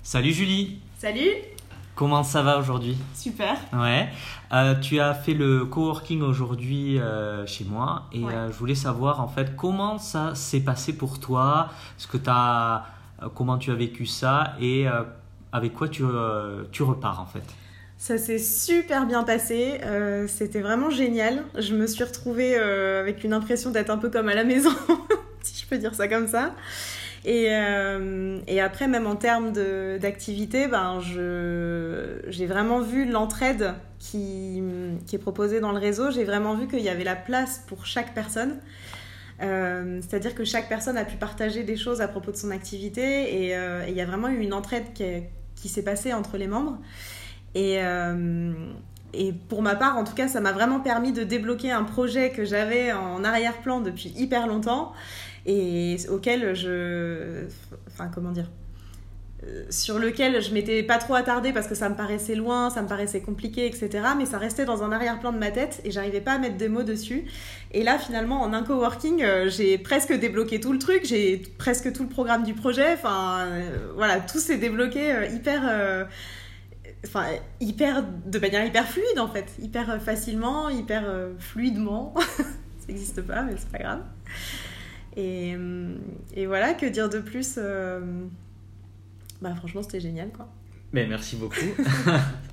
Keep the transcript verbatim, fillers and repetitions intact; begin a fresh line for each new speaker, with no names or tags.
Salut Julie,
Salut.
comment ça va aujourd'hui?
Super.
Ouais, Euh, tu as fait le coworking aujourd'hui euh, chez moi et
Ouais.
euh, je voulais savoir en fait comment ça s'est passé pour toi, ce que t'as, euh, comment tu as vécu ça et euh, avec quoi tu, euh, tu repars en fait.
Ça s'est super bien passé. Euh, c'était vraiment génial. Je me suis retrouvée euh, avec une impression d'être un peu comme à la maison, si je peux dire ça comme ça. Et, euh, et après, même en termes de, d'activité, ben, je, j'ai vraiment vu l'entraide qui, qui est proposée dans le réseau. J'ai vraiment vu qu'il y avait la place pour chaque personne. Euh, c'est-à-dire que chaque personne a pu partager des choses à propos de son activité et euh, et il y a vraiment eu une entraide qui, est- qui s'est passée entre les membres. Et, euh, et pour ma part, en tout cas, ça m'a vraiment permis de débloquer un projet que j'avais en arrière-plan depuis hyper longtemps et auquel je... Enfin, comment dire euh, sur lequel je m'étais pas trop attardée parce que ça me paraissait loin, ça me paraissait compliqué, et cetera. Mais ça restait dans un arrière-plan de ma tête et j'arrivais pas à mettre des mots dessus. Et là, finalement, en un coworking, euh, j'ai presque débloqué tout le truc, j'ai presque tout le programme du projet. Enfin, euh, voilà, tout s'est débloqué euh, hyper... euh, Enfin, hyper, de manière hyper fluide en fait, hyper facilement, hyper euh, fluidement. Ça n'existe pas, mais c'est pas grave. Et, euh, et voilà, que dire de plus euh, Bah franchement, c'était génial quoi.
Mais merci beaucoup.